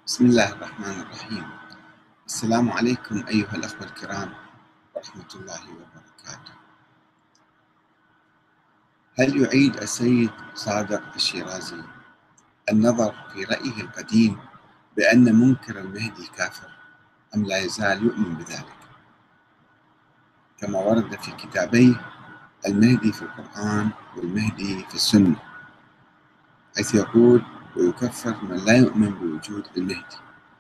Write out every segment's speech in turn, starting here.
بسم الله الرحمن الرحيم. السلام عليكم أيها الأخوة الكرام ورحمة الله وبركاته. هل يعيد السيد صادق الشيرازي النظر في رأيه القديم بأن منكر المهدي كافر أم لا يزال يؤمن بذلك كما ورد في كتابيه المهدي في القرآن والمهدي في السنة، حيث يقول ويكفر من لا يؤمن بوجود المهدي؟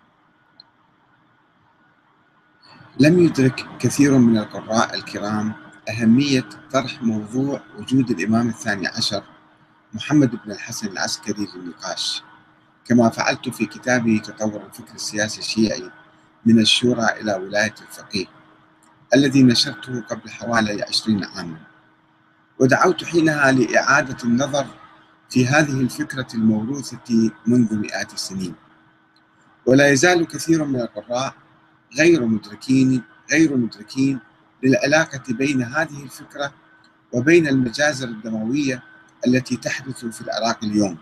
لم يدرك كثير من القراء الكرام أهمية طرح موضوع وجود الإمام الثاني عشر محمد بن الحسن العسكري للنقاش، كما فعلت في كتابي تطور الفكر السياسي الشيعي من الشورى إلى ولاية الفقيه، الذي نشرته قبل حوالي 20 عاما، ودعوت حينها لإعادة النظر في هذه الفكرة الموروثة منذ مئات السنين. ولا يزال كثير من القراء غير مدركين للعلاقة بين هذه الفكرة وبين المجازر الدموية التي تحدث في العراق اليوم.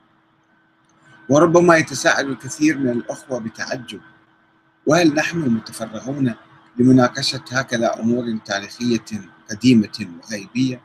وربما يتساءل الكثير من الأخوة بتعجب: وهل نحن متفرغون لمناقشة هكذا أمور تاريخية قديمة وغيبية؟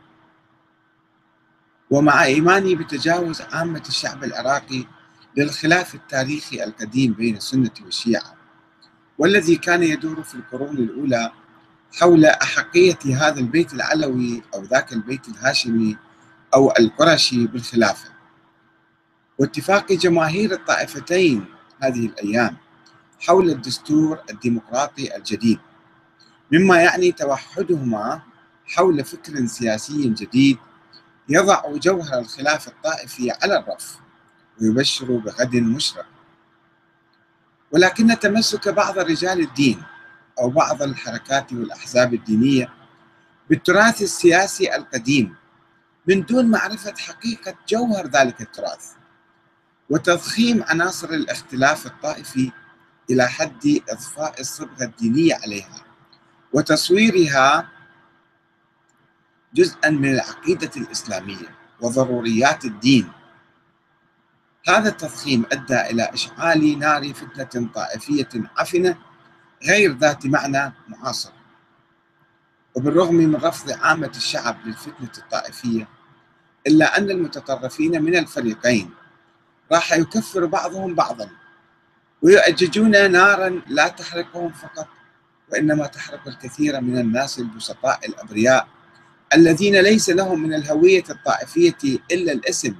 ومع إيماني بتجاوز عامة الشعب العراقي للخلاف التاريخي القديم بين السنة والشيعة، والذي كان يدور في القرون الأولى حول أحقية هذا البيت العلوي أو ذاك البيت الهاشمي أو القرشي بالخلافة، واتفاق جماهير الطائفتين هذه الأيام حول الدستور الديمقراطي الجديد، مما يعني توحدهما حول فكر سياسي جديد يضع جوهر الخلاف الطائفي على الرف ويبشر بغد مشرق. ولكن تمسك بعض رجال الدين أو بعض الحركات والأحزاب الدينية بالتراث السياسي القديم من دون معرفة حقيقة جوهر ذلك التراث، وتضخيم عناصر الاختلاف الطائفي إلى حد إضفاء الصبغة الدينية عليها وتصويرها جزءا من العقيدة الإسلامية وضروريات الدين. هذا التضخيم أدى إلى إشعال نار فتنة طائفية عفنة غير ذات معنى معاصر. وبالرغم من رفض عامة الشعب للفتنة الطائفية، إلا أن المتطرفين من الفريقين راح يكفر بعضهم بعضا ويؤججون نارا لا تحرقهم فقط، وإنما تحرق الكثير من الناس البسطاء الأبرياء الذين ليس لهم من الهوية الطائفية إلا الاسم.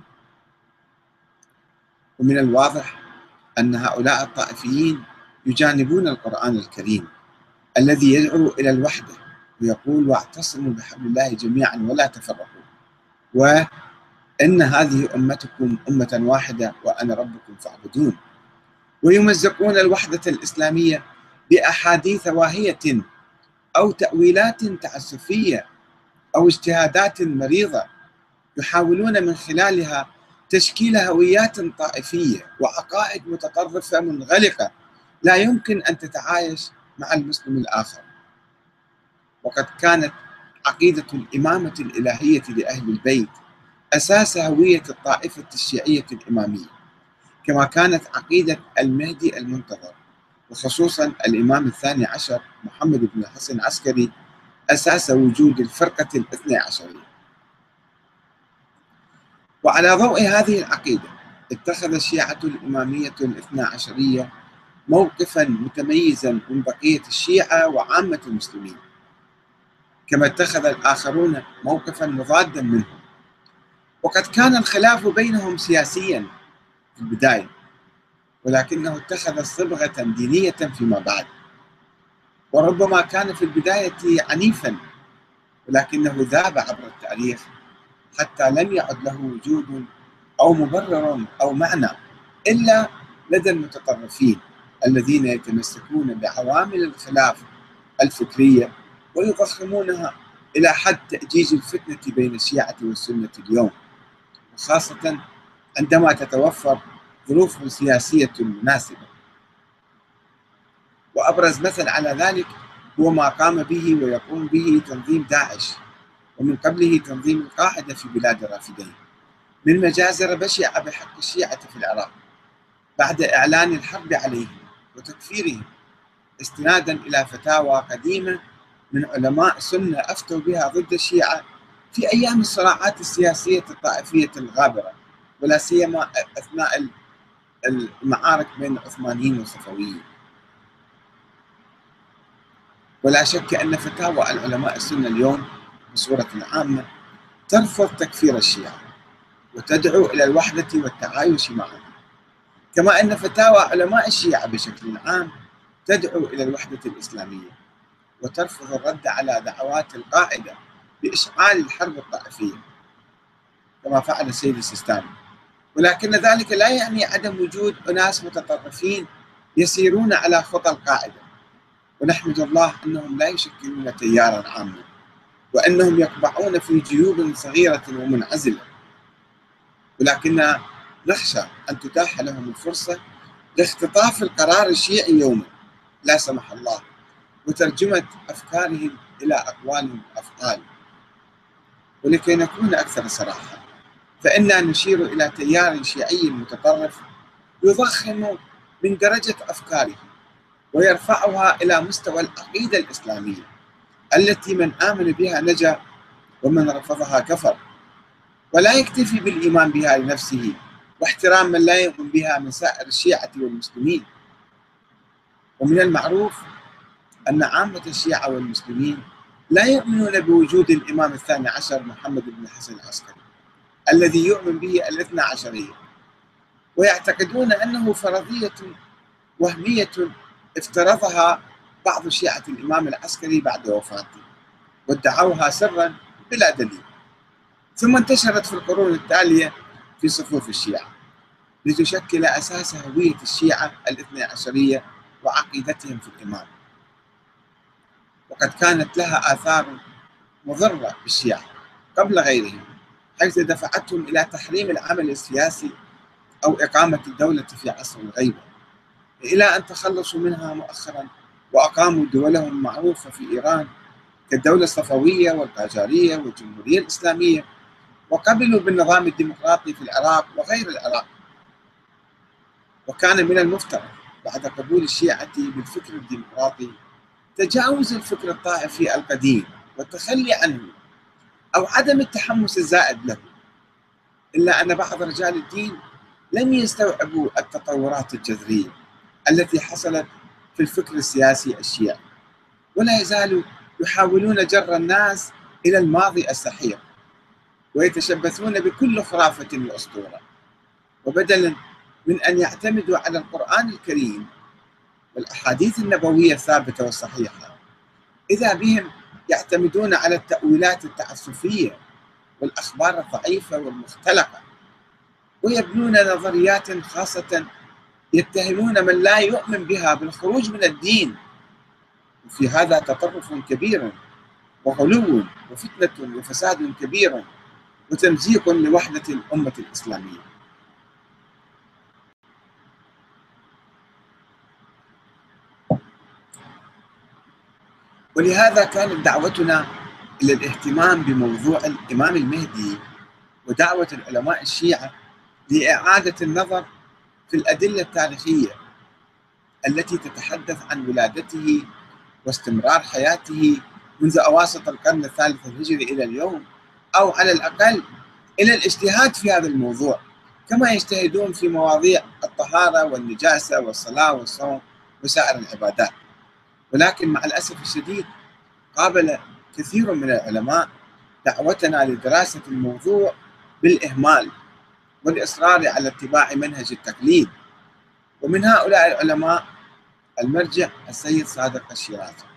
ومن الواضح أن هؤلاء الطائفيين يجانبون القرآن الكريم الذي يدعو إلى الوحدة ويقول: واعتصموا بحبل الله جميعا ولا تفرقوا، وإن هذه أمتكم أمة واحدة وأنا ربكم فاعبدون. ويمزقون الوحدة الإسلامية بأحاديث واهية أو تأويلات تعسفية أو اجتهادات مريضة، يحاولون من خلالها تشكيل هويات طائفية وعقائد متطرفة منغلقة لا يمكن أن تتعايش مع المسلم الآخر. وقد كانت عقيدة الإمامة الإلهية لأهل البيت أساس هوية الطائفة الشيعية الإمامية، كما كانت عقيدة المهدي المنتظر وخصوصا الإمام الثاني عشر محمد بن الحسن العسكري أساس وجود الفرقة الاثنى عشرية. وعلى ضوء هذه العقيدة اتخذ الشيعة الإمامية الاثنى عشرية موقفا متميزا من بقية الشيعة وعامة المسلمين، كما اتخذ الآخرون موقفا مضادا منهم. وقد كان الخلاف بينهم سياسيا في البداية، ولكنه اتخذ صبغة دينية فيما بعد، وربما كان في البداية عنيفا، ولكنه ذاب عبر التاريخ حتى لم يعد له وجود أو مبرر أو معنى إلا لدى المتطرفين الذين يتمسكون بعوامل الخلاف الفكرية ويضخمونها إلى حد تأجيج الفتنة بين الشيعة والسنة اليوم، وخاصة عندما تتوفر ظروف سياسية مناسبة. وأبرز مثل على ذلك هو ما قام به ويقوم به تنظيم داعش، ومن قبله تنظيم القاعدة في بلاد الرافدين، من مجازر بشعة بحق الشيعة في العراق. بعد إعلان الحرب عليهم وتكفيرهم، استنادا إلى فتاوى قديمة من علماء السنة أفتوا بها ضد الشيعة في أيام الصراعات السياسية الطائفية الغابرة، ولا سيما أثناء المعارك بين العثمانيين والصفويين. ولا شك أن فتاوى العلماء السنة اليوم بصورة عامة ترفض تكفير الشيعة وتدعو إلى الوحدة والتعايش معهم، كما أن فتاوى علماء الشيعة بشكل عام تدعو إلى الوحدة الإسلامية وترفض الرد على دعوات القاعدة بإشعال الحرب الطائفية كما فعل السيد السيستاني. ولكن ذلك لا يعني عدم وجود أناس متطرفين يسيرون على خطى القاعدة، ونحمد الله أنهم لا يشكلون تيارا عاما، وأنهم يقبعون في جيوب صغيرة ومنعزلة، ولكننا نخشى أن تتاح لهم الفرصة لاختطاف القرار الشيعي يوما لا سمح الله، وترجمة أفكارهم إلى أقوال وأفعال. ولكي نكون أكثر صراحة، فإننا نشير إلى تيار شيعي متطرف يضخم من درجة أفكاره ويرفعها إلى مستوى العقيدة الإسلامية التي من آمن بها نجا ومن رفضها كفر، ولا يكتفي بالإيمان بها لنفسه واحترام من لا يؤمن بها من سائر الشيعة والمسلمين. ومن المعروف أن عامة الشيعة والمسلمين لا يؤمنون بوجود الإمام الثاني عشر محمد بن حسن العسكري الذي يؤمن به الاثنى عشرية، ويعتقدون أنه فرضية وهمية افترضها بعض شيعة الإمام العسكري بعد وفاته، وادعوها سرا بلا دليل، ثم انتشرت في القرون التالية في صفوف الشيعة لتشكل أساس هوية الشيعة الاثنى عشرية وعقيدتهم في الإمام. وقد كانت لها آثار مضرة بالشيعة قبل غيرهم، حيث دفعتهم إلى تحريم العمل السياسي أو إقامة الدولة في عصر الغيبة، إلى أن تخلصوا منها مؤخرا وأقاموا دولهم المعروفة في إيران كالدولة الصفوية والقاجارية والجمهورية الإسلامية، وقبلوا بالنظام الديمقراطي في العراق وغير العراق. وكان من المفترض بعد قبول الشيعة بالفكر الديمقراطي تجاوز الفكر الطائفي القديم والتخلي عنه أو عدم التحمس الزائد له، إلا أن بعض رجال الدين لم يستوعبوا التطورات الجذرية التي حصلت في الفكر السياسي الشيعي، ولا يزالوا يحاولون جر الناس إلى الماضي السحيق ويتشبثون بكل خرافة وأسطورة، وبدلا من أن يعتمدوا على القرآن الكريم والأحاديث النبوية الثابتة والصحيحة، إذا بهم يعتمدون على التأويلات التعسفية والأخبار الضعيفة والمختلقة، ويبنون نظريات خاصة يتهمون من لا يؤمن بها بالخروج من الدين. وفي هذا تطرف كبير وغلو وفتنة وفساد كبير وتمزيق لوحدة الأمة الإسلامية. ولهذا كانت دعوتنا إلى الاهتمام بموضوع الإمام المهدي ودعوة العلماء الشيعة لإعادة النظر في الأدلة التاريخية التي تتحدث عن ولادته واستمرار حياته منذ أواسط القرن الثالث الهجري إلى اليوم، أو على الأقل إلى الاجتهاد في هذا الموضوع كما يجتهدون في مواضيع الطهارة والنجاسة والصلاة والصوم وسائر العبادات. ولكن مع الأسف الشديد قابل كثير من العلماء دعوتنا لدراسة الموضوع بالإهمال والإصرار على اتباع منهج التقليد، ومن هؤلاء العلماء المرجع السيد صادق الشيرازي.